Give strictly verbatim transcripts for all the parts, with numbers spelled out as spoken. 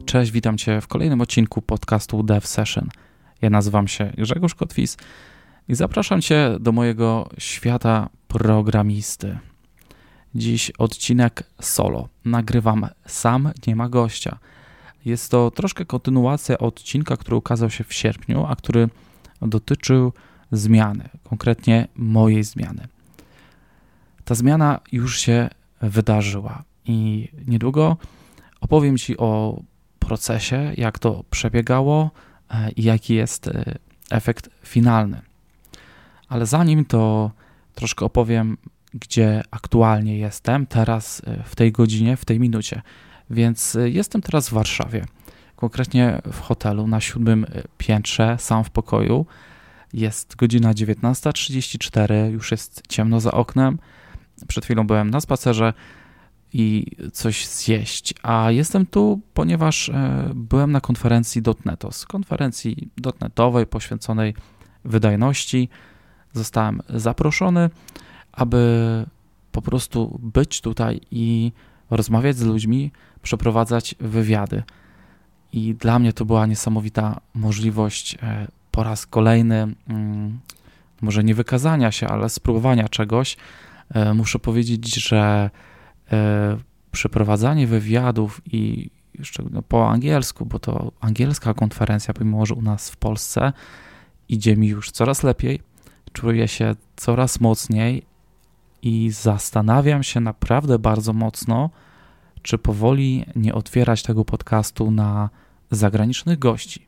Cześć, witam Cię w kolejnym odcinku podcastu Dev Session. Ja nazywam się Grzegorz Kotwis i zapraszam Cię do mojego świata programisty. Dziś odcinek solo. Nagrywam sam, nie ma gościa. Jest to troszkę kontynuacja odcinka, który ukazał się w sierpniu, a który dotyczył zmiany, konkretnie mojej zmiany. Ta zmiana już się wydarzyła i niedługo opowiem Ci o procesie, jak to przebiegało i jaki jest efekt finalny. Ale zanim to troszkę opowiem, gdzie aktualnie jestem, teraz w tej godzinie, w tej minucie. Więc jestem teraz w Warszawie, konkretnie w hotelu na siódmym piętrze, sam w pokoju. Jest godzina dziewiętnasta trzydzieści cztery, już jest ciemno za oknem. Przed chwilą byłem na spacerze i coś zjeść, a jestem tu, ponieważ byłem na konferencji .NETOS, konferencji dotnetowej poświęconej wydajności. Zostałem zaproszony, aby po prostu być tutaj i rozmawiać z ludźmi, przeprowadzać wywiady. I dla mnie to była niesamowita możliwość po raz kolejny, może nie wykazania się, ale spróbowania czegoś. Muszę powiedzieć, że przeprowadzanie wywiadów i jeszcze no, po angielsku, bo to angielska konferencja, pomimo że u nas w Polsce idzie mi już coraz lepiej, czuję się coraz mocniej i zastanawiam się naprawdę bardzo mocno, czy powoli nie otwierać tego podcastu na zagranicznych gości.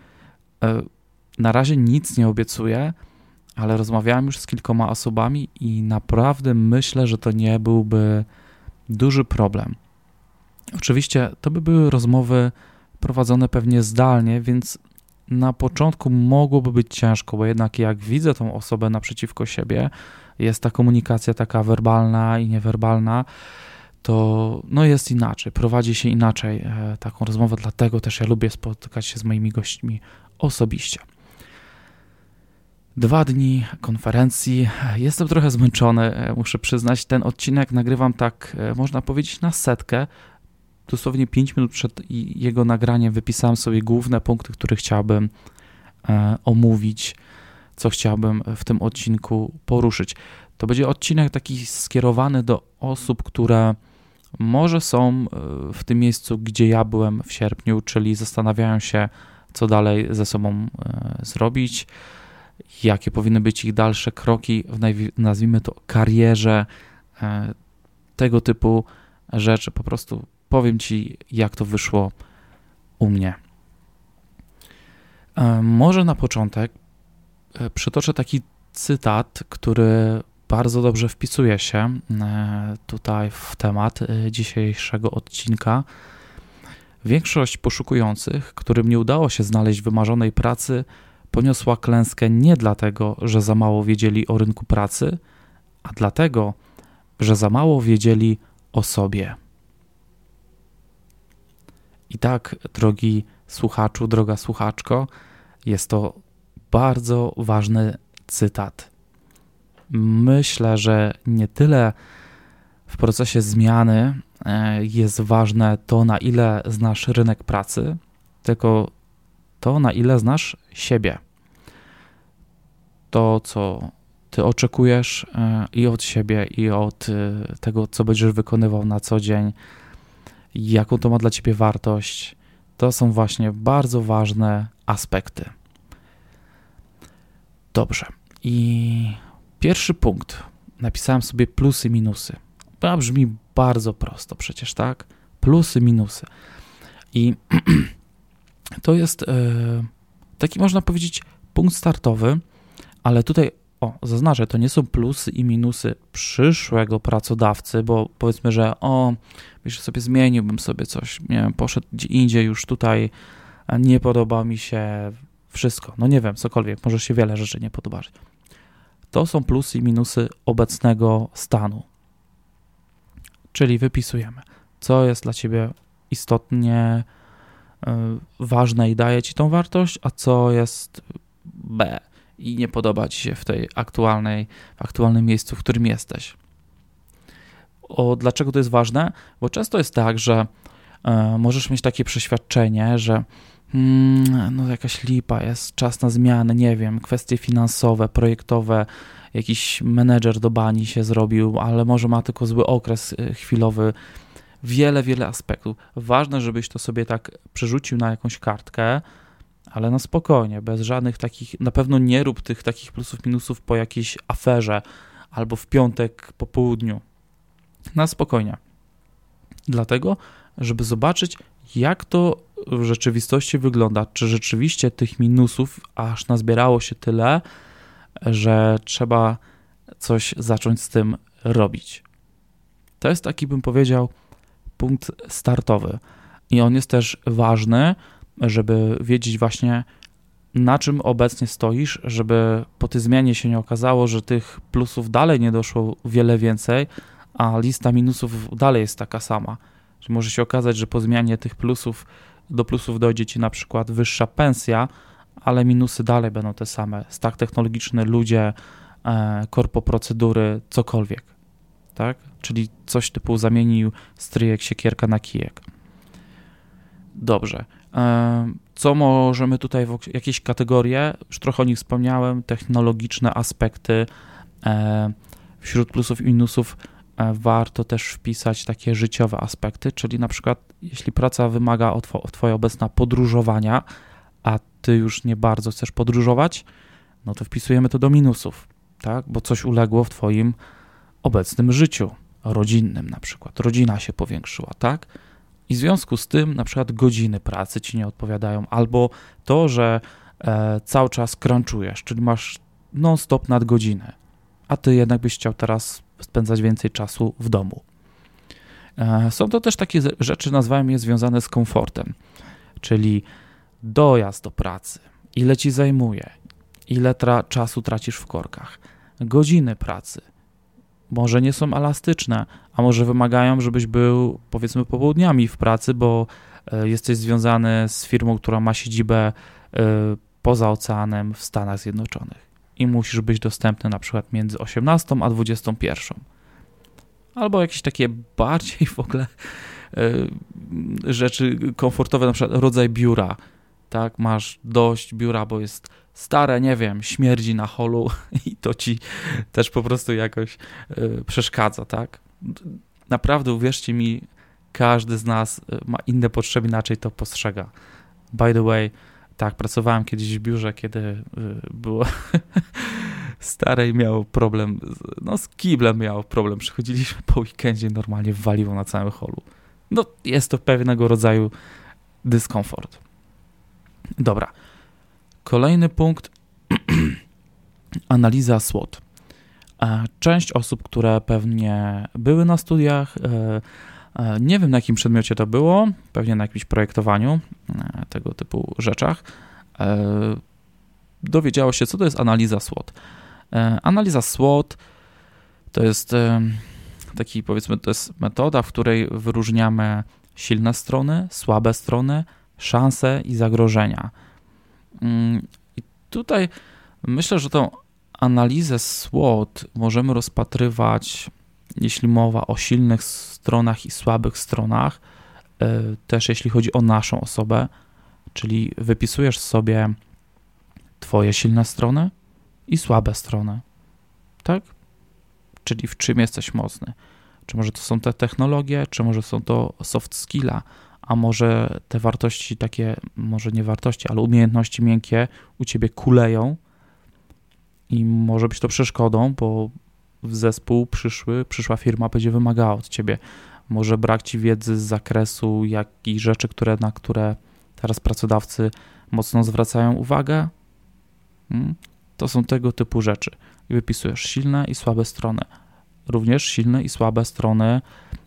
Na razie nic nie obiecuję, ale rozmawiałem już z kilkoma osobami i naprawdę myślę, że to nie byłby duży problem. Oczywiście to by były rozmowy prowadzone pewnie zdalnie, więc na początku mogłoby być ciężko, bo jednak jak widzę tą osobę naprzeciwko siebie, jest ta komunikacja taka werbalna i niewerbalna, to no jest inaczej, prowadzi się inaczej e, taką rozmowę, dlatego też ja lubię spotykać się z moimi gośćmi osobiście. Dwa dni konferencji, jestem trochę zmęczony, muszę przyznać, ten odcinek nagrywam tak, można powiedzieć, na setkę. Dosłownie pięć minut przed jego nagraniem wypisałem sobie główne punkty, które chciałbym e, omówić, co chciałbym w tym odcinku poruszyć. To będzie odcinek taki skierowany do osób, które może są w tym miejscu, gdzie ja byłem w sierpniu, czyli zastanawiają się, co dalej ze sobą e, zrobić, jakie powinny być ich dalsze kroki w, nazwijmy to, karierze, e, tego typu rzeczy. Po prostu powiem Ci, jak to wyszło u mnie. E, może na początek e, przytoczę taki cytat, który bardzo dobrze wpisuje się e, tutaj w temat e, dzisiejszego odcinka. Większość poszukujących, którym nie udało się znaleźć wymarzonej pracy, poniosła klęskę nie dlatego, że za mało wiedzieli o rynku pracy, a dlatego, że za mało wiedzieli o sobie. I tak, drogi słuchaczu, droga słuchaczko, jest to bardzo ważny cytat. Myślę, że nie tyle w procesie zmiany jest ważne to, na ile znasz rynek pracy, tylko to, na ile znasz siebie. To, co ty oczekujesz i od siebie, i od tego, co będziesz wykonywał na co dzień, jaką to ma dla ciebie wartość, to są właśnie bardzo ważne aspekty. Dobrze. I pierwszy punkt. Napisałem sobie plusy, minusy. To brzmi bardzo prosto przecież, tak? Plusy, minusy. I to jest yy, taki, można powiedzieć, punkt startowy, ale tutaj, o, zaznaczę, to nie są plusy i minusy przyszłego pracodawcy, bo powiedzmy, że o, wiesz, sobie zmieniłbym sobie coś, nie wiem, poszedł gdzie indziej, już tutaj nie podoba mi się wszystko, no nie wiem, cokolwiek, może się wiele rzeczy nie podobać. To są plusy i minusy obecnego stanu, czyli wypisujemy, co jest dla ciebie istotnie ważne i daje ci tą wartość, a co jest B i nie podoba ci się w tej aktualnej, w aktualnym miejscu, w którym jesteś. O, dlaczego to jest ważne? Bo często jest tak, że e, możesz mieć takie przeświadczenie, że hmm, no jakaś lipa, jest czas na zmiany, nie wiem, kwestie finansowe, projektowe, jakiś menedżer do bani się zrobił, ale może ma tylko zły okres chwilowy, wiele, wiele aspektów. Ważne, żebyś to sobie tak przerzucił na jakąś kartkę, ale no spokojnie, bez żadnych takich, na pewno nie rób tych takich plusów, minusów po jakiejś aferze albo w piątek po południu. Na spokojnie. Dlatego, żeby zobaczyć, jak to w rzeczywistości wygląda, czy rzeczywiście tych minusów aż nazbierało się tyle, że trzeba coś zacząć z tym robić. To jest taki, bym powiedział, punkt startowy i on jest też ważny, żeby wiedzieć właśnie, na czym obecnie stoisz, żeby po tej zmianie się nie okazało, że tych plusów dalej nie doszło wiele więcej, a lista minusów dalej jest taka sama. Czyli może się okazać, że po zmianie tych plusów do plusów dojdzie ci na przykład wyższa pensja, ale minusy dalej będą te same. Stack technologiczny, ludzie, e, korpo procedury, cokolwiek. Tak? Czyli coś typu zamienił stryjek siekierka na kijek. Dobrze. E, co możemy tutaj, w, jakieś kategorie, już trochę o nich wspomniałem, technologiczne aspekty. E, wśród plusów i minusów e, warto też wpisać takie życiowe aspekty, czyli na przykład jeśli praca wymaga od, od twojej obecna podróżowania, a ty już nie bardzo chcesz podróżować, no to wpisujemy to do minusów, tak? Bo coś uległo w twoim obecnym życiu rodzinnym na przykład. Rodzina się powiększyła, tak? I w związku z tym na przykład godziny pracy ci nie odpowiadają, albo to, że e, cały czas crunchujesz, czyli masz non-stop nadgodziny, a ty jednak byś chciał teraz spędzać więcej czasu w domu. E, są to też takie rzeczy, nazwałem je związane z komfortem, czyli dojazd do pracy, ile ci zajmuje, ile tra- czasu tracisz w korkach, godziny pracy, może nie są elastyczne, a może wymagają, żebyś był powiedzmy popołudniami w pracy, bo y, jesteś związany z firmą, która ma siedzibę y, poza oceanem w Stanach Zjednoczonych i musisz być dostępny na przykład między osiemnastą a dwudziestą pierwszą. Albo jakieś takie bardziej w ogóle y, rzeczy komfortowe, na przykład rodzaj biura. Tak, masz dość biura, bo jest stare, nie wiem, śmierdzi na holu i to ci też po prostu jakoś y, przeszkadza, tak? Naprawdę, uwierzcie mi, każdy z nas ma inne potrzeby, inaczej to postrzega. By the way, tak, pracowałem kiedyś w biurze, kiedy y, było stare i miało problem, no z kiblem miało problem, przychodziliśmy po weekendzie i normalnie waliło na całym holu. No, jest to pewnego rodzaju dyskomfort. Dobra. Kolejny punkt. Analiza SWOT. Część osób, które pewnie były na studiach, nie wiem na jakim przedmiocie to było, pewnie na jakimś projektowaniu, tego typu rzeczach, dowiedziało się, co to jest analiza SWOT. Analiza SWOT to jest taki, powiedzmy, to jest metoda, w której wyróżniamy silne strony, słabe strony, szanse i zagrożenia. I tutaj myślę, że tą analizę SWOT możemy rozpatrywać, jeśli mowa o silnych stronach i słabych stronach, też jeśli chodzi o naszą osobę, czyli wypisujesz sobie twoje silne strony i słabe strony, tak? Czyli w czym jesteś mocny. Czy może to są te technologie, czy może są to soft skilla, a może te wartości takie, może nie wartości, ale umiejętności miękkie u ciebie kuleją i może być to przeszkodą, bo w zespół przyszły, przyszła firma będzie wymagała od ciebie. Może brak ci wiedzy z zakresu jakichś rzeczy, które, na które teraz pracodawcy mocno zwracają uwagę. To są tego typu rzeczy. I wypisujesz silne i słabe strony. Również silne i słabe strony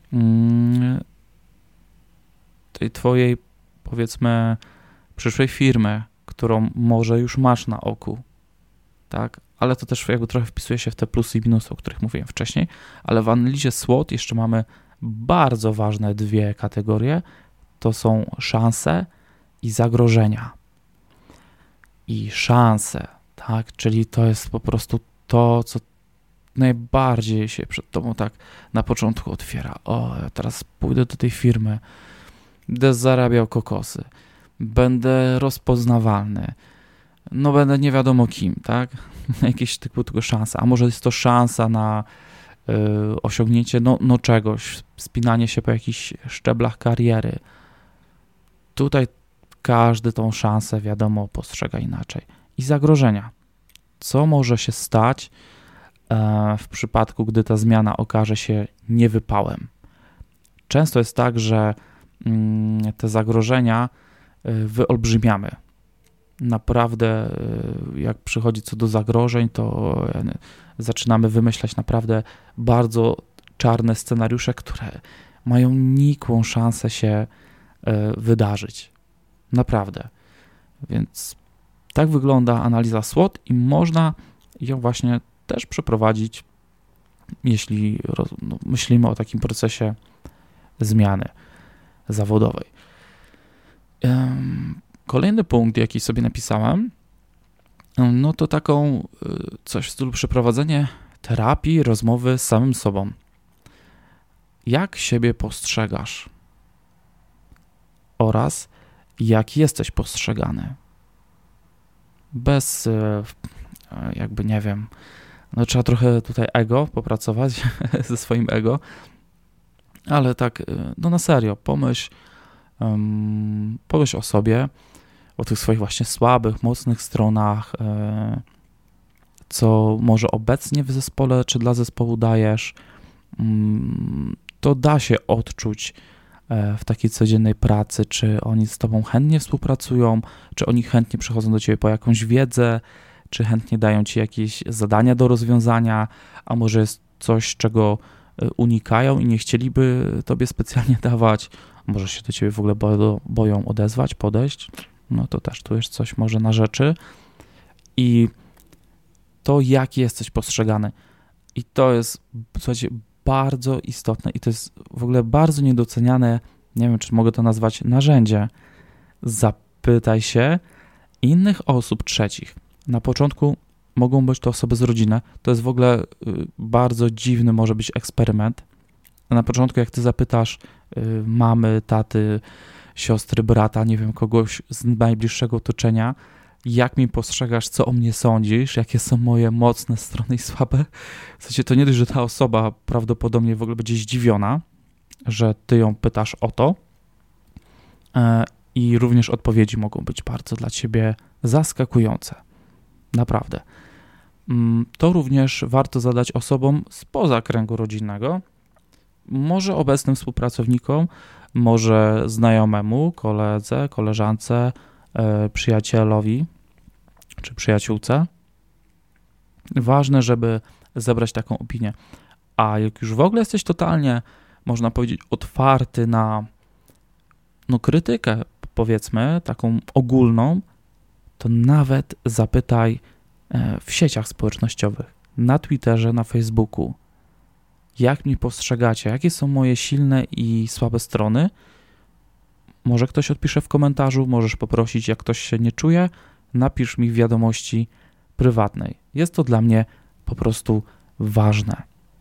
tej twojej, powiedzmy, przyszłej firmy, którą może już masz na oku, tak? Ale to też jakby trochę wpisuje się w te plusy i minusy, o których mówiłem wcześniej, ale w analizie SWOT jeszcze mamy bardzo ważne dwie kategorie, to są szanse i zagrożenia. I szanse, tak? Czyli to jest po prostu to, co najbardziej się przed tobą tak na początku otwiera. O, ja teraz pójdę do tej firmy, będę zarabiał kokosy, będę rozpoznawalny, no będę nie wiadomo kim, tak? Jakieś typu tylko szansa, a może jest to szansa na y, osiągnięcie no, no czegoś, wspinanie się po jakichś szczeblach kariery. Tutaj każdy tą szansę, wiadomo, postrzega inaczej. I zagrożenia. Co może się stać e, w przypadku, gdy ta zmiana okaże się niewypałem? Często jest tak, że mm, te zagrożenia y, wyolbrzymiamy. Naprawdę, y, jak przychodzi co do zagrożeń, to y, zaczynamy wymyślać naprawdę bardzo czarne scenariusze, które mają nikłą szansę się y, wydarzyć. Naprawdę. Więc tak wygląda analiza SWOT i można ją właśnie też przeprowadzić, jeśli roz, no, myślimy o takim procesie zmiany zawodowej. Kolejny punkt, jaki sobie napisałem, no to taką coś w stylu przeprowadzenie terapii, rozmowy z samym sobą. Jak siebie postrzegasz? Oraz jak jesteś postrzegany? Bez jakby, nie wiem, no trzeba trochę tutaj ego popracować ze swoim ego, ale tak, no na serio, pomyśl, um, pomyśl o sobie, o tych swoich właśnie słabych, mocnych stronach, e, co może obecnie w zespole czy dla zespołu dajesz, um, to da się odczuć e, w takiej codziennej pracy, czy oni z tobą chętnie współpracują, czy oni chętnie przychodzą do ciebie po jakąś wiedzę, czy chętnie dają ci jakieś zadania do rozwiązania, a może jest coś, czego unikają i nie chcieliby tobie specjalnie dawać, może się do ciebie w ogóle boją, boją odezwać, podejść, no to też tu jest coś może na rzeczy. I to, jak jesteś postrzegany. I to jest, słuchajcie, bardzo istotne i to jest w ogóle bardzo niedoceniane, nie wiem, czy mogę to nazwać narzędzie. Zapytaj się innych osób trzecich. Na początku mogą być to osoby z rodziny. To jest w ogóle y, bardzo dziwny może być eksperyment. Na początku, jak ty zapytasz y, mamy, taty, siostry, brata, nie wiem, kogoś z najbliższego otoczenia, jak mi postrzegasz, co o mnie sądzisz, jakie są moje mocne strony i słabe. W sensie to nie dość, że ta osoba prawdopodobnie w ogóle będzie zdziwiona, że ty ją pytasz o to, y, i również odpowiedzi mogą być bardzo dla ciebie zaskakujące. Naprawdę. To również warto zadać osobom spoza kręgu rodzinnego, może obecnym współpracownikom, może znajomemu, koledze, koleżance, yy, przyjacielowi czy przyjaciółce. Ważne, żeby zebrać taką opinię. A jak już w ogóle jesteś totalnie, można powiedzieć, otwarty na no, krytykę, powiedzmy, taką ogólną, to nawet zapytaj w sieciach społecznościowych, na Twitterze, na Facebooku, jak mnie postrzegacie, jakie są moje silne i słabe strony. Może ktoś odpisze w komentarzu, możesz poprosić, jak ktoś się nie czuje, napisz mi w wiadomości prywatnej. Jest to dla mnie po prostu ważne.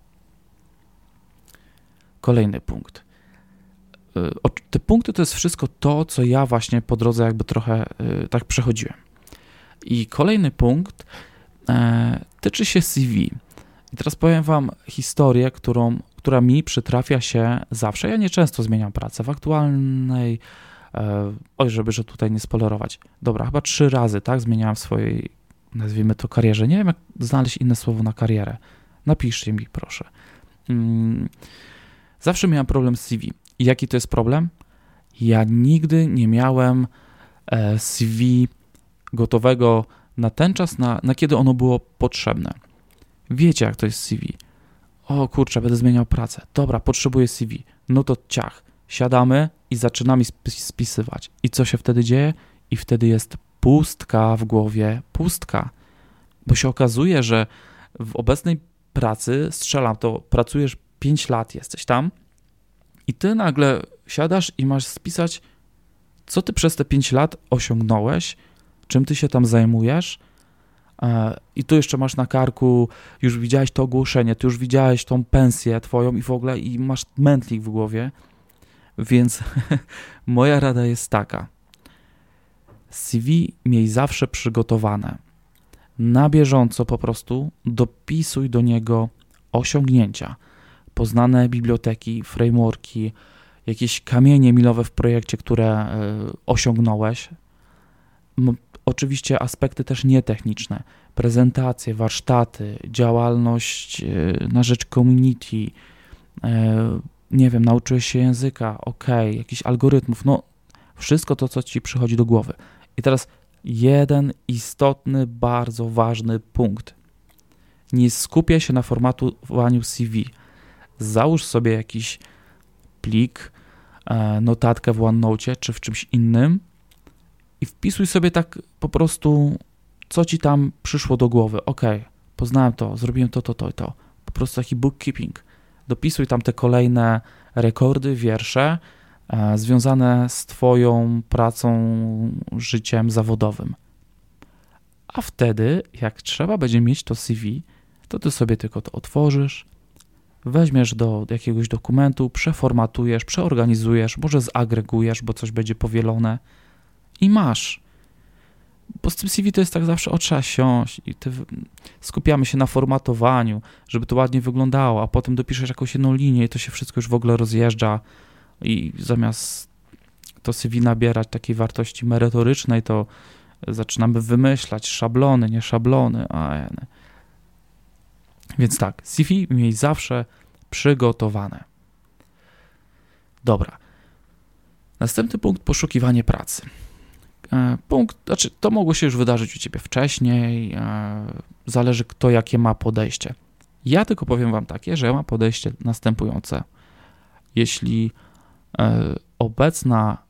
Kolejny punkt. Te punkty to jest wszystko to, co ja właśnie po drodze jakby trochę tak przechodziłem. I kolejny punkt e, tyczy się C V. I teraz powiem wam historię, którą, która mi przytrafia się zawsze. Ja nieczęsto zmieniam pracę. W aktualnej, e, oj, żeby że tutaj nie spoilerować. Dobra, chyba trzy razy, tak, zmieniałem w swojej, nazwijmy to, karierze. Nie wiem, jak znaleźć inne słowo na karierę. Napiszcie mi, proszę. Hmm. Zawsze miałem problem z C V. I jaki to jest problem? Ja nigdy nie miałem e, C V gotowego na ten czas, na, na kiedy ono było potrzebne. Wiecie, jak to jest C V. O kurczę, będę zmieniał pracę. Dobra, potrzebuję C V. No to ciach. Siadamy i zaczynamy spisywać. I co się wtedy dzieje? I wtedy jest pustka w głowie. Pustka. Bo się okazuje, że w obecnej pracy, strzelam to, pracujesz pięć lat, jesteś tam i ty nagle siadasz i masz spisać, co ty przez te pięć lat osiągnąłeś, czym ty się tam zajmujesz, i tu jeszcze masz na karku, już widziałeś to ogłoszenie, ty już widziałeś tą pensję twoją i w ogóle i masz mętlik w głowie, Więc moja rada jest taka. C V miej zawsze przygotowane. Na bieżąco po prostu dopisuj do niego osiągnięcia, poznane biblioteki, frameworki, jakieś kamienie milowe w projekcie, które osiągnąłeś. Oczywiście aspekty też nietechniczne, prezentacje, warsztaty, działalność na rzecz community, nie wiem, nauczyłeś się języka, ok, jakichś algorytmów, no wszystko to, co ci przychodzi do głowy. I teraz jeden istotny, bardzo ważny punkt. Nie skupiaj się na formatowaniu C V. Załóż sobie jakiś plik, notatkę w OneNote czy w czymś innym i wpisuj sobie tak po prostu, co ci tam przyszło do głowy. Ok, poznałem to, zrobiłem to, to, to i to. Po prostu taki bookkeeping. Dopisuj tam te kolejne rekordy, wiersze e, związane z twoją pracą, życiem zawodowym. A wtedy, jak trzeba będzie mieć to C V, to ty sobie tylko to otworzysz, weźmiesz do jakiegoś dokumentu, przeformatujesz, przeorganizujesz, może zagregujesz, bo coś będzie powielone i masz. Bo z tym C V to jest tak zawsze, o, trzeba siąść i ty, skupiamy się na formatowaniu, żeby to ładnie wyglądało, a potem dopiszesz jakąś jedną linię i to się wszystko już w ogóle rozjeżdża i zamiast to C V nabierać takiej wartości merytorycznej, to zaczynamy wymyślać szablony, nie szablony. A, nie. Więc tak, C V miej zawsze przygotowane. Dobra. Następny punkt, poszukiwanie pracy. Punkt, znaczy to mogło się już wydarzyć u ciebie wcześniej, zależy kto jakie ma podejście. Ja tylko powiem wam takie, że ja mam podejście następujące. Jeśli obecna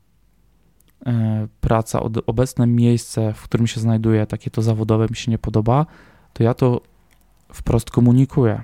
praca, obecne miejsce, w którym się znajduję, takie to zawodowe mi się nie podoba, to ja to wprost komunikuję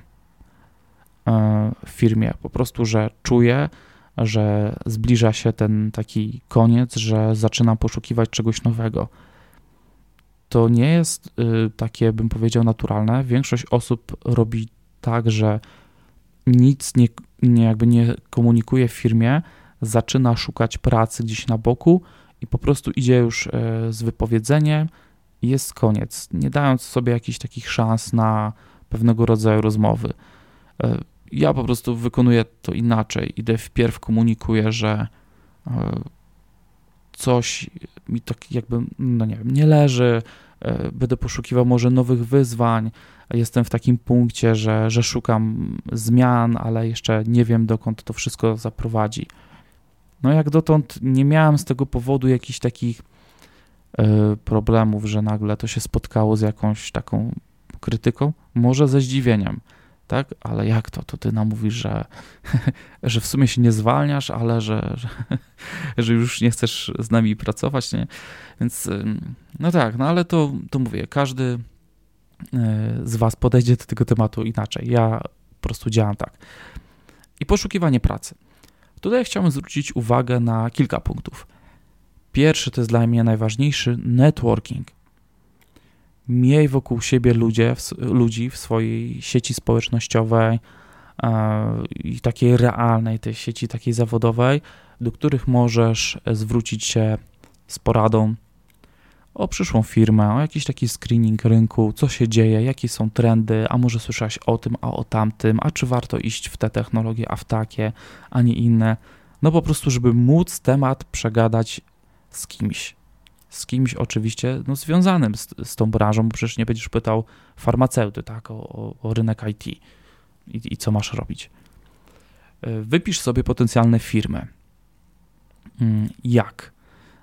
w firmie. Po prostu, że czuję, że zbliża się ten taki koniec, że zaczynam poszukiwać czegoś nowego. To nie jest y, takie, bym powiedział, naturalne. Większość osób robi tak, że nic nie, nie, jakby nie komunikuje w firmie, zaczyna szukać pracy gdzieś na boku i po prostu idzie już y, z wypowiedzeniem i jest koniec, nie dając sobie jakichś takich szans na pewnego rodzaju rozmowy. Y, Ja po prostu wykonuję to inaczej. Idę wpierw, komunikuję, że coś mi tak jakby, no nie wiem, nie leży, będę poszukiwał może nowych wyzwań, jestem w takim punkcie, że, że szukam zmian, ale jeszcze nie wiem, dokąd to wszystko zaprowadzi. No jak dotąd nie miałem z tego powodu jakichś takich problemów, że nagle to się spotkało z jakąś taką krytyką, może ze zdziwieniem. Tak? Ale jak to? To ty nam mówisz, że, że w sumie się nie zwalniasz, ale że, że, że już nie chcesz z nami pracować, nie? Więc no tak, no ale to, to mówię, każdy z was podejdzie do tego tematu inaczej. Ja po prostu działam tak. I poszukiwanie pracy. Tutaj chciałbym zwrócić uwagę na kilka punktów. Pierwszy, to jest dla mnie najważniejszy, networking. Miej wokół siebie ludzie, ludzi w swojej sieci społecznościowej i takiej realnej, tej sieci takiej zawodowej, do których możesz zwrócić się z poradą o przyszłą firmę, o jakiś taki screening rynku, co się dzieje, jakie są trendy, a może słyszałeś o tym, a o tamtym, a czy warto iść w te technologie, a w takie, a nie inne. No po prostu, żeby móc temat przegadać z kimś. Z kimś oczywiście no, związanym z, z tą branżą, bo przecież nie będziesz pytał farmaceuty, tak, o, o, o rynek I T i, i co masz robić. Wypisz sobie potencjalne firmy. Jak?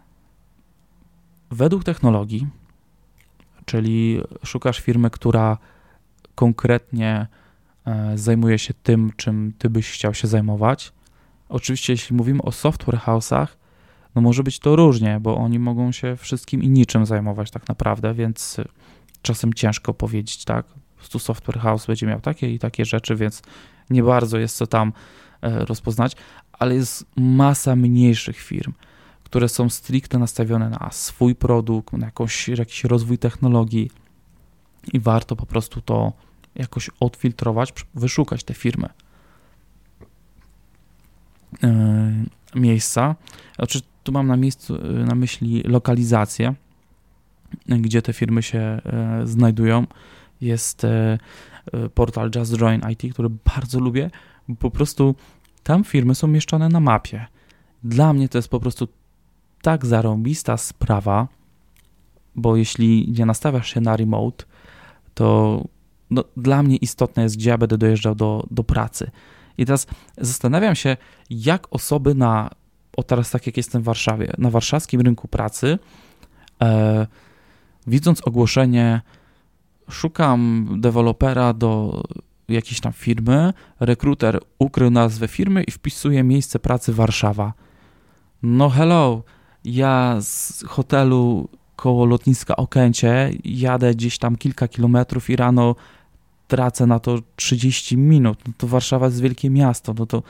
Według technologii, czyli szukasz firmy, która konkretnie zajmuje się tym, czym ty byś chciał się zajmować. Oczywiście, jeśli mówimy o software house'ach, no może być to różnie, bo oni mogą się wszystkim i niczym zajmować tak naprawdę, więc czasem ciężko powiedzieć, tak, po prostu software house będzie miał takie i takie rzeczy, więc nie bardzo jest co tam rozpoznać, ale jest masa mniejszych firm, które są stricte nastawione na swój produkt, na jakąś, jakiś rozwój technologii i warto po prostu to jakoś odfiltrować, wyszukać te firmy. miejsca. Znaczy, tu mam na, miejscu, na myśli lokalizację, gdzie te firmy się e, znajdują. Jest e, portal Just Join I T, który bardzo lubię, bo po prostu tam firmy są umieszczone na mapie. Dla mnie to jest po prostu tak zarąbista sprawa, bo jeśli nie nastawiasz się na remote, to no, dla mnie istotne jest, gdzie ja będę dojeżdżał do, do pracy. I teraz zastanawiam się, jak osoby na, o teraz tak jak jestem w Warszawie, na warszawskim rynku pracy, e, widząc ogłoszenie, szukam dewelopera do jakiejś tam firmy, rekruter ukrył nazwę firmy i wpisuje miejsce pracy Warszawa. No hello, ja z hotelu koło lotniska Okęcie jadę gdzieś tam kilka kilometrów i rano tracę na to trzydzieści minut. No to Warszawa jest wielkie miasto, no to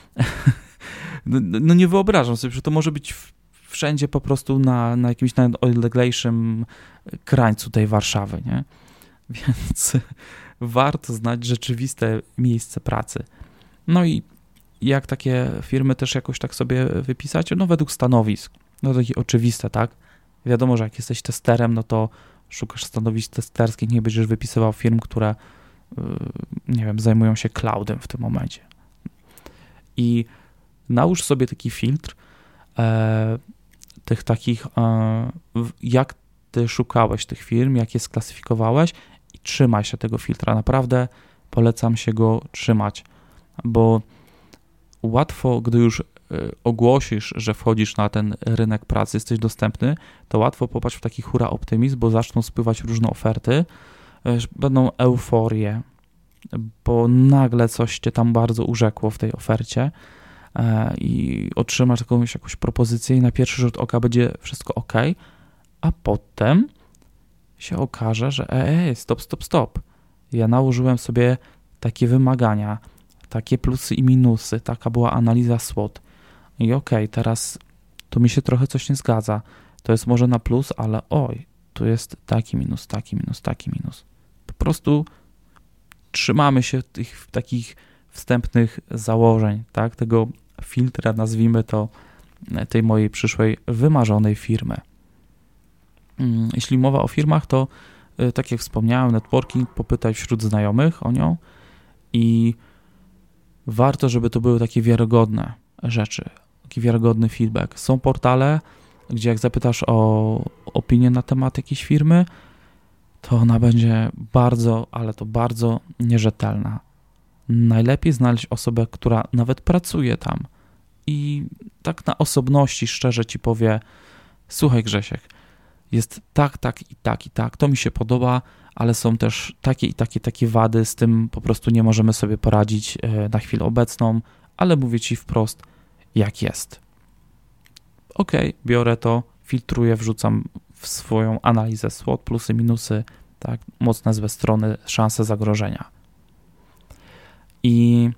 no, no nie wyobrażam sobie, że to może być wszędzie po prostu na, na jakimś najodleglejszym krańcu tej Warszawy, nie? Więc warto znać rzeczywiste miejsce pracy. No i jak takie firmy też jakoś tak sobie wypisać? No według stanowisk. No takie oczywiste, tak? Wiadomo, że jak jesteś testerem, no to szukasz stanowisk testerskich, nie będziesz wypisywał firm, które nie wiem, zajmują się cloudem w tym momencie. I nałóż sobie taki filtr e, tych takich, e, jak ty szukałeś tych firm, jak je sklasyfikowałeś i trzymaj się tego filtra. Naprawdę polecam się go trzymać, bo łatwo, gdy już ogłosisz, że wchodzisz na ten rynek pracy, jesteś dostępny, to łatwo popaść w taki hura optymizm, bo zaczną spływać różne oferty, będą euforie, bo nagle coś cię tam bardzo urzekło w tej ofercie i otrzymasz jakąś, jakąś propozycję i na pierwszy rzut oka będzie wszystko ok, a potem się okaże, że ej, stop, stop, stop. Ja nałożyłem sobie takie wymagania, takie plusy i minusy, taka była analiza SWOT. I okej, okay, teraz tu mi się trochę coś nie zgadza. To jest może na plus, ale oj, tu jest taki minus, taki minus, taki minus. Po prostu trzymamy się tych takich wstępnych założeń, tak, tego filtra, nazwijmy to, tej mojej przyszłej wymarzonej firmy. Jeśli mowa o firmach, to tak jak wspomniałem, networking, popytaj wśród znajomych o nią i warto, żeby to były takie wiarygodne rzeczy, taki wiarygodny feedback. Są portale, gdzie jak zapytasz o opinię na temat jakiejś firmy, to ona będzie bardzo, ale to bardzo nierzetelna. Najlepiej znaleźć osobę, która nawet pracuje tam i tak na osobności szczerze ci powie: słuchaj Grzesiek, jest tak, tak i tak i tak, to mi się podoba, ale są też takie i takie, takie wady, z tym po prostu nie możemy sobie poradzić na chwilę obecną, ale mówię ci wprost, jak jest. Okej, okay, biorę to, filtruję, wrzucam w swoją analizę SWOT, plusy, minusy, tak, mocne złe strony, szanse zagrożenia. I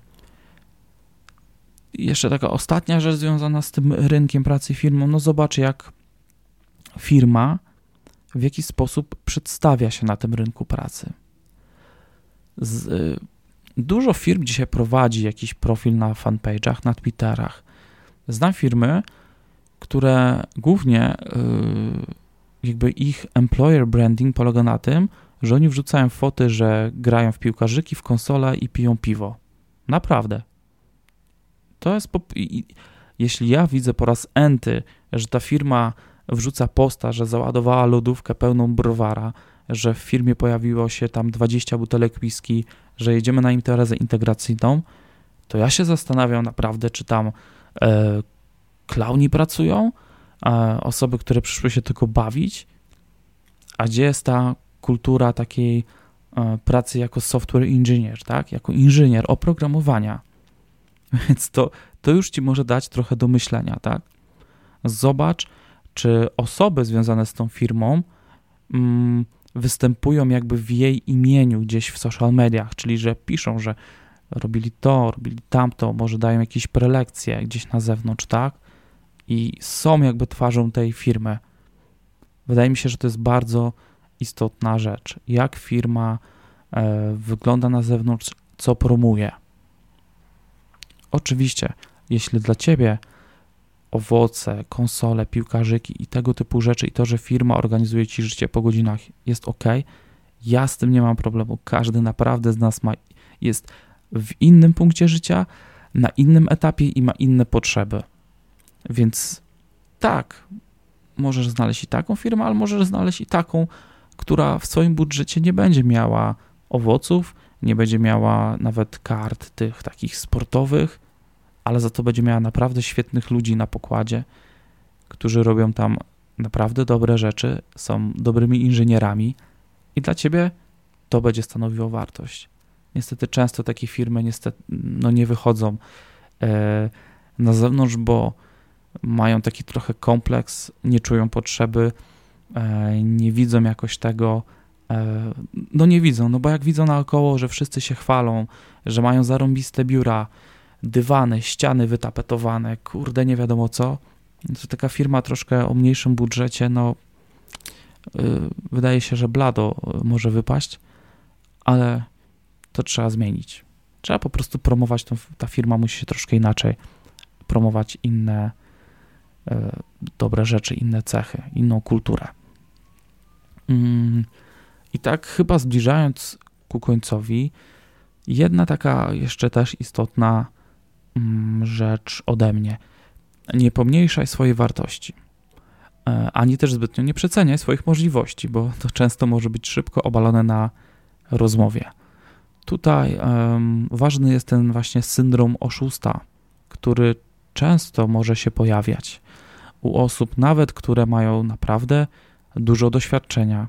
jeszcze taka ostatnia rzecz związana z tym rynkiem pracy i firmą, no zobacz jak firma w jaki sposób przedstawia się na tym rynku pracy. Z, y, dużo firm dzisiaj prowadzi jakiś profil na fanpage'ach, na Twitterach. Znam firmy, które głównie y, jakby ich employer branding polega na tym, że oni wrzucają foty, że grają w piłkarzyki, w konsolę i piją piwo. Naprawdę. To jest... Pop- i, jeśli ja widzę po raz enty, że ta firma wrzuca posta, że załadowała lodówkę pełną browara, że w firmie pojawiło się tam dwadzieścia butelek whisky, że jedziemy na imprezę integracyjną, to ja się zastanawiam naprawdę, czy tam e, klauni pracują, e, osoby, które przyszły się tylko bawić, a gdzie jest ta kultura takiej e, pracy jako software engineer, tak? Jako inżynier oprogramowania. Więc to, to już ci może dać trochę do myślenia, tak? Zobacz, czy osoby związane z tą firmą mm, występują jakby w jej imieniu gdzieś w social mediach, czyli że piszą, że robili to, robili tamto, może dają jakieś prelekcje gdzieś na zewnątrz, tak? I są jakby twarzą tej firmy. Wydaje mi się, że to jest bardzo istotna rzecz. Jak firma e, wygląda na zewnątrz, co promuje. Oczywiście, jeśli dla ciebie owoce, konsole, piłkarzyki i tego typu rzeczy i to, że firma organizuje ci życie po godzinach jest ok. Ja z tym nie mam problemu. Każdy naprawdę z nas ma, jest w innym punkcie życia, na innym etapie i ma inne potrzeby. Więc tak, możesz znaleźć i taką firmę, ale możesz znaleźć i taką, która w swoim budżecie nie będzie miała owoców, nie będzie miała nawet kart tych takich sportowych, ale za to będzie miała naprawdę świetnych ludzi na pokładzie, którzy robią tam naprawdę dobre rzeczy, są dobrymi inżynierami i dla ciebie to będzie stanowiło wartość. Niestety często takie firmy niestety no nie wychodzą e, na zewnątrz, bo mają taki trochę kompleks, nie czują potrzeby, e, nie widzą jakoś tego, e, no nie widzą, no bo jak widzą naokoło, że wszyscy się chwalą, że mają zarąbiste biura, dywany, ściany wytapetowane, kurde, nie wiadomo co, to taka firma troszkę o mniejszym budżecie, no yy, wydaje się, że blado może wypaść, ale to trzeba zmienić. Trzeba po prostu promować, tą, ta firma musi się troszkę inaczej promować inne yy, dobre rzeczy, inne cechy, inną kulturę. Yy. I tak chyba zbliżając ku końcowi, jedna taka jeszcze też istotna rzecz ode mnie. Nie pomniejszaj swojej wartości, ani też zbytnio nie przeceniaj swoich możliwości, bo to często może być szybko obalone na rozmowie. Tutaj um, ważny jest ten właśnie syndrom oszusta, który często może się pojawiać u osób, nawet które mają naprawdę dużo doświadczenia.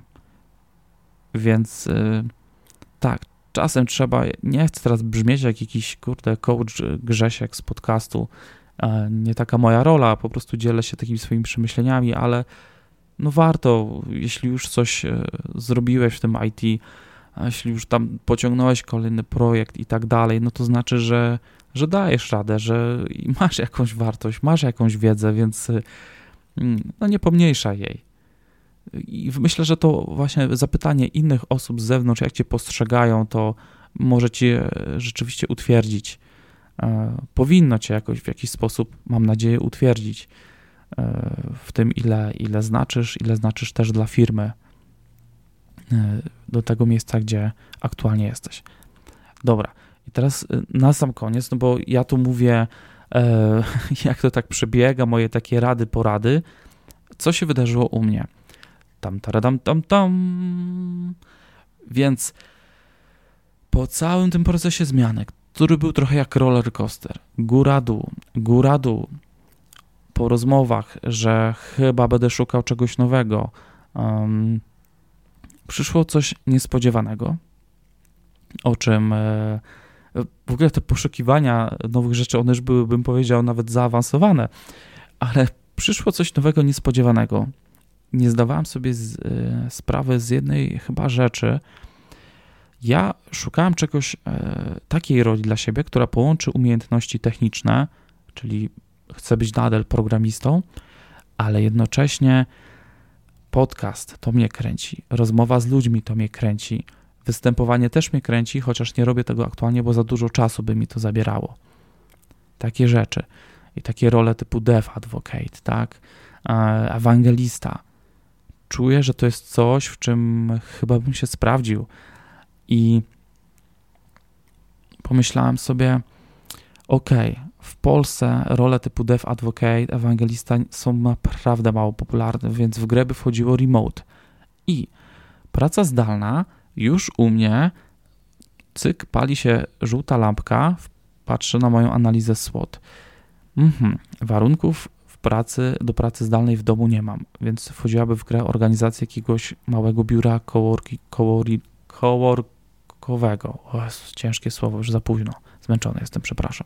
Więc yy, tak, czasem trzeba, nie chcę teraz brzmieć jak jakiś, kurde, coach Grzesiek z podcastu, nie taka moja rola, po prostu dzielę się takimi swoimi przemyśleniami, ale no warto, jeśli już coś zrobiłeś w tym I T, jeśli już tam pociągnąłeś kolejny projekt i tak dalej, no to znaczy, że, że dajesz radę, że masz jakąś wartość, masz jakąś wiedzę, więc no nie pomniejszaj jej. I myślę, że to właśnie zapytanie innych osób z zewnątrz, jak cię postrzegają, to może cię rzeczywiście utwierdzić. Powinno cię jakoś w jakiś sposób, mam nadzieję, utwierdzić w tym, ile, ile znaczysz, ile znaczysz też dla firmy, do tego miejsca, gdzie aktualnie jesteś. Dobra, i teraz na sam koniec, no bo ja tu mówię, jak to tak przebiega, moje takie rady, porady, co się wydarzyło u mnie. Tam, taradam, tam, tam. Więc po całym tym procesie zmiany, który był trochę jak roller coaster, góra-dół, góra-dół, po rozmowach, że chyba będę szukał czegoś nowego, um, przyszło coś niespodziewanego, o czym e, w ogóle te poszukiwania nowych rzeczy, one już były, bym powiedział, nawet zaawansowane, ale przyszło coś nowego, niespodziewanego. Nie zdawałem sobie z, e, sprawy z jednej chyba rzeczy. Ja szukałem czegoś, e, takiej roli dla siebie, która połączy umiejętności techniczne, czyli chcę być nadal programistą, ale jednocześnie podcast to mnie kręci, rozmowa z ludźmi to mnie kręci, występowanie też mnie kręci, chociaż nie robię tego aktualnie, bo za dużo czasu by mi to zabierało. Takie rzeczy i takie role typu dev advocate, tak, e, ewangelista. Czuję, że to jest coś, w czym chyba bym się sprawdził i pomyślałem sobie, okej, okay, w Polsce role typu dev advocate, ewangelista są naprawdę mało popularne, więc w grę by wchodziło remote. I praca zdalna już u mnie, cyk, pali się żółta lampka, patrzę na moją analizę SWOT. Mhm, warunków w pracy, do pracy zdalnej w domu nie mam, więc wchodziłaby w grę organizacja jakiegoś małego biura coworki, coworki, coworkowego. O Jezus, ciężkie słowo, już za późno. Zmęczony jestem, przepraszam.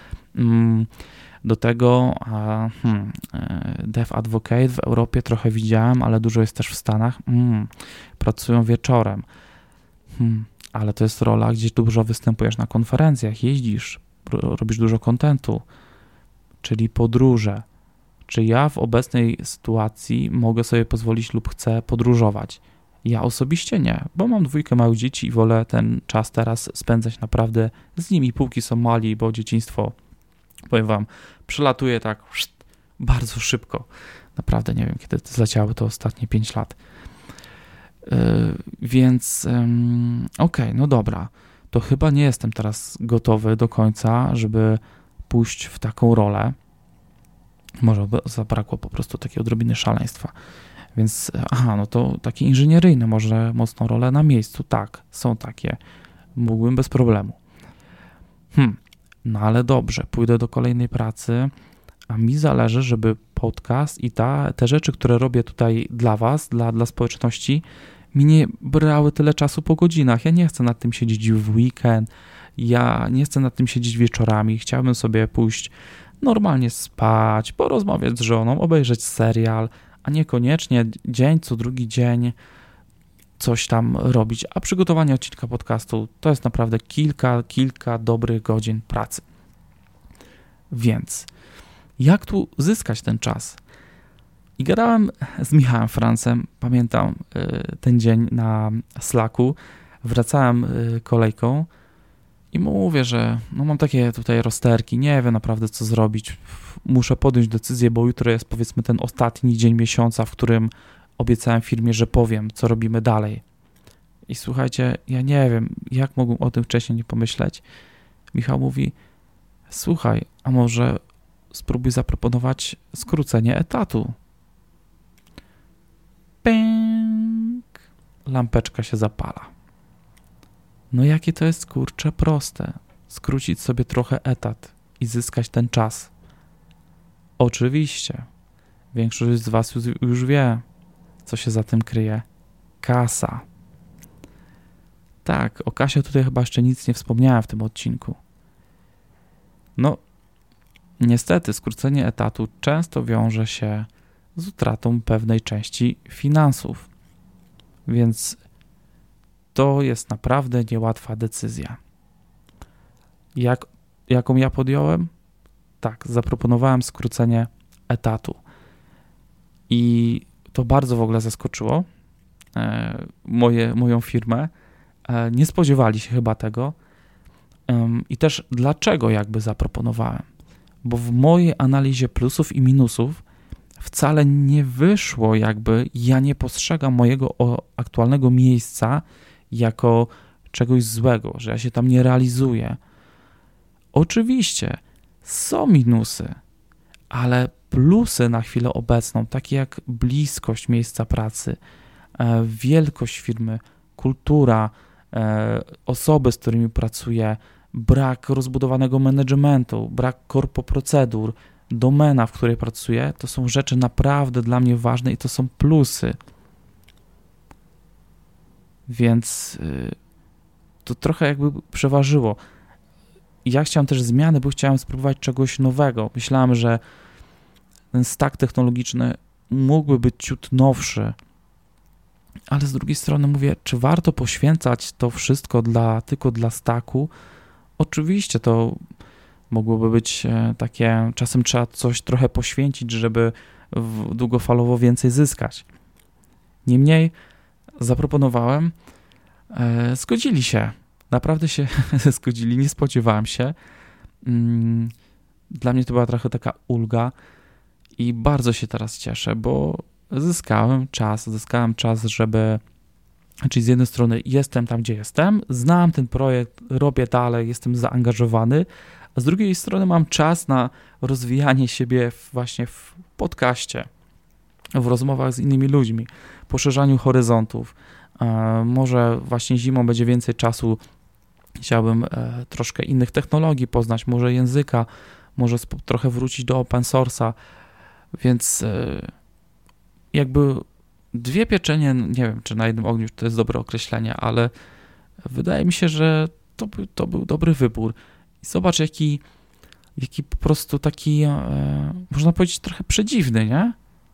Do tego hmm, dev advocate w Europie trochę widziałem, ale dużo jest też w Stanach. Hmm, pracują wieczorem, hmm, ale to jest rola, gdzie dużo występujesz na konferencjach, jeździsz, robisz dużo kontentu, czyli podróże. Czy ja w obecnej sytuacji mogę sobie pozwolić lub chcę podróżować? Ja osobiście nie, bo mam dwójkę małych dzieci i wolę ten czas teraz spędzać naprawdę z nimi, póki są mali, bo dzieciństwo, powiem wam, przelatuje tak bardzo szybko. Naprawdę nie wiem, kiedy zleciały to ostatnie pięć lat. Yy, więc yy, okej, okay, no dobra. To chyba nie jestem teraz gotowy do końca, żeby pójść w taką rolę. Może by zabrakło po prostu takiej odrobiny szaleństwa. Więc, aha, no to takie inżynieryjne, może mocno role na miejscu. Tak, są takie. Mógłbym bez problemu. Hmm, no ale dobrze, pójdę do kolejnej pracy, a mi zależy, żeby podcast i ta, te rzeczy, które robię tutaj dla was, dla, dla społeczności, mi nie brały tyle czasu po godzinach. Ja nie chcę nad tym siedzieć w weekend, ja nie chcę nad tym siedzieć wieczorami. Chciałbym sobie pójść normalnie spać, porozmawiać z żoną, obejrzeć serial, a niekoniecznie dzień co drugi dzień coś tam robić. A przygotowanie odcinka podcastu to jest naprawdę kilka, kilka dobrych godzin pracy. Więc jak tu zyskać ten czas? I gadałem z Michałem Francem, pamiętam ten dzień na Slacku, wracałem kolejką i mówię, że no mam takie tutaj rozterki, nie wiem naprawdę co zrobić, muszę podjąć decyzję, bo jutro jest powiedzmy ten ostatni dzień miesiąca, w którym obiecałem firmie, że powiem, co robimy dalej. I słuchajcie, ja nie wiem, jak mogłem o tym wcześniej nie pomyśleć. Michał mówi, słuchaj, a może spróbuj zaproponować skrócenie etatu. Pęk! Lampeczka się zapala. No jakie to jest, kurczę, proste. Skrócić sobie trochę etat i zyskać ten czas. Oczywiście. Większość z was już, już wie, co się za tym kryje. Kasa. Tak, o kasie tutaj chyba jeszcze nic nie wspomniałem w tym odcinku. No, niestety skrócenie etatu często wiąże się z utratą pewnej części finansów. Więc to jest naprawdę niełatwa decyzja. Jak, jaką ja podjąłem? Tak, zaproponowałem skrócenie etatu. I to bardzo w ogóle zaskoczyło e, moje, moją firmę. E, nie spodziewali się chyba tego. E, I też dlaczego jakby zaproponowałem? Bo w mojej analizie plusów i minusów wcale nie wyszło jakby, ja nie postrzegam mojego aktualnego miejsca jako czegoś złego, że ja się tam nie realizuję. Oczywiście są minusy, ale plusy na chwilę obecną, takie jak bliskość miejsca pracy, e, wielkość firmy, kultura, e, osoby, z którymi pracuję, brak rozbudowanego managementu, brak korpoprocedur, domena, w której pracuję, to są rzeczy naprawdę dla mnie ważne i to są plusy. Więc y, to trochę jakby przeważyło. Ja chciałem też zmiany, bo chciałem spróbować czegoś nowego. Myślałem, że ten stack technologiczny mógłby być ciut nowszy, ale z drugiej strony mówię, czy warto poświęcać to wszystko dla, tylko dla stacku? Oczywiście to mogłoby być takie, czasem trzeba coś trochę poświęcić, żeby w, długofalowo więcej zyskać. Niemniej zaproponowałem, e, zgodzili się, naprawdę się zgodzili, nie spodziewałem się. Mm, dla mnie to była trochę taka ulga i bardzo się teraz cieszę, bo zyskałem czas, zyskałem czas, żeby, czyli z jednej strony jestem tam, gdzie jestem, znam ten projekt, robię dalej, jestem zaangażowany, a z drugiej strony mam czas na rozwijanie siebie właśnie w podcaście, w rozmowach z innymi ludźmi, poszerzaniu horyzontów. E, może właśnie zimą będzie więcej czasu, chciałbym e, troszkę innych technologii poznać, może języka, może sp- trochę wrócić do open source'a, więc e, jakby dwie pieczenie, nie wiem, czy na jednym ogniu to jest dobre określenie, ale wydaje mi się, że to, by, to był dobry wybór. I zobacz, jaki, jaki po prostu taki, e, można powiedzieć, trochę przedziwny, nie?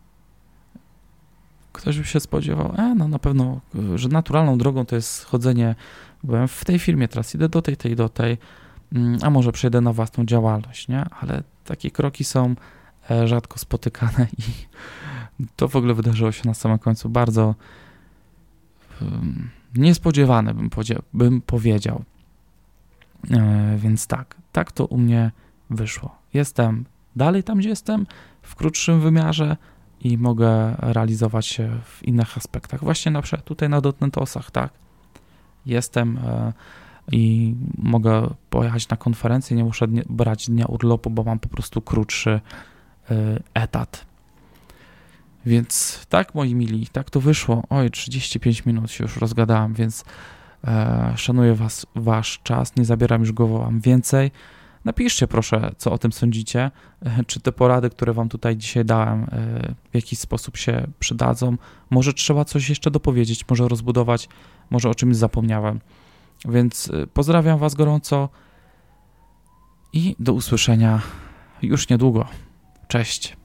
Ktoś by się spodziewał, e, no na pewno, że naturalną drogą to jest chodzenie, byłem w tej firmie, teraz idę do tej, tej, do tej, a może przejdę na własną działalność, nie? Ale takie kroki są e, rzadko spotykane i to w ogóle wydarzyło się na samym końcu bardzo um, niespodziewane, bym, podzie- bym powiedział. E, więc tak, tak to u mnie wyszło. Jestem dalej tam, gdzie jestem, w krótszym wymiarze i mogę realizować się w innych aspektach. Właśnie na przykład tutaj na dotnetosach, tak, jestem e, i mogę pojechać na konferencję, nie muszę dnie, brać dnia urlopu, bo mam po prostu krótszy e, etat. Więc tak, moi mili, tak to wyszło. Oj, trzydzieści pięć minut się już rozgadałem, więc e, szanuję was, wasz czas, nie zabieram już go wam więcej. Napiszcie proszę, co o tym sądzicie, e, czy te porady, które wam tutaj dzisiaj dałem, e, w jakiś sposób się przydadzą. Może trzeba coś jeszcze dopowiedzieć, może rozbudować, może o czymś zapomniałem. Więc e, pozdrawiam was gorąco i do usłyszenia już niedługo. Cześć.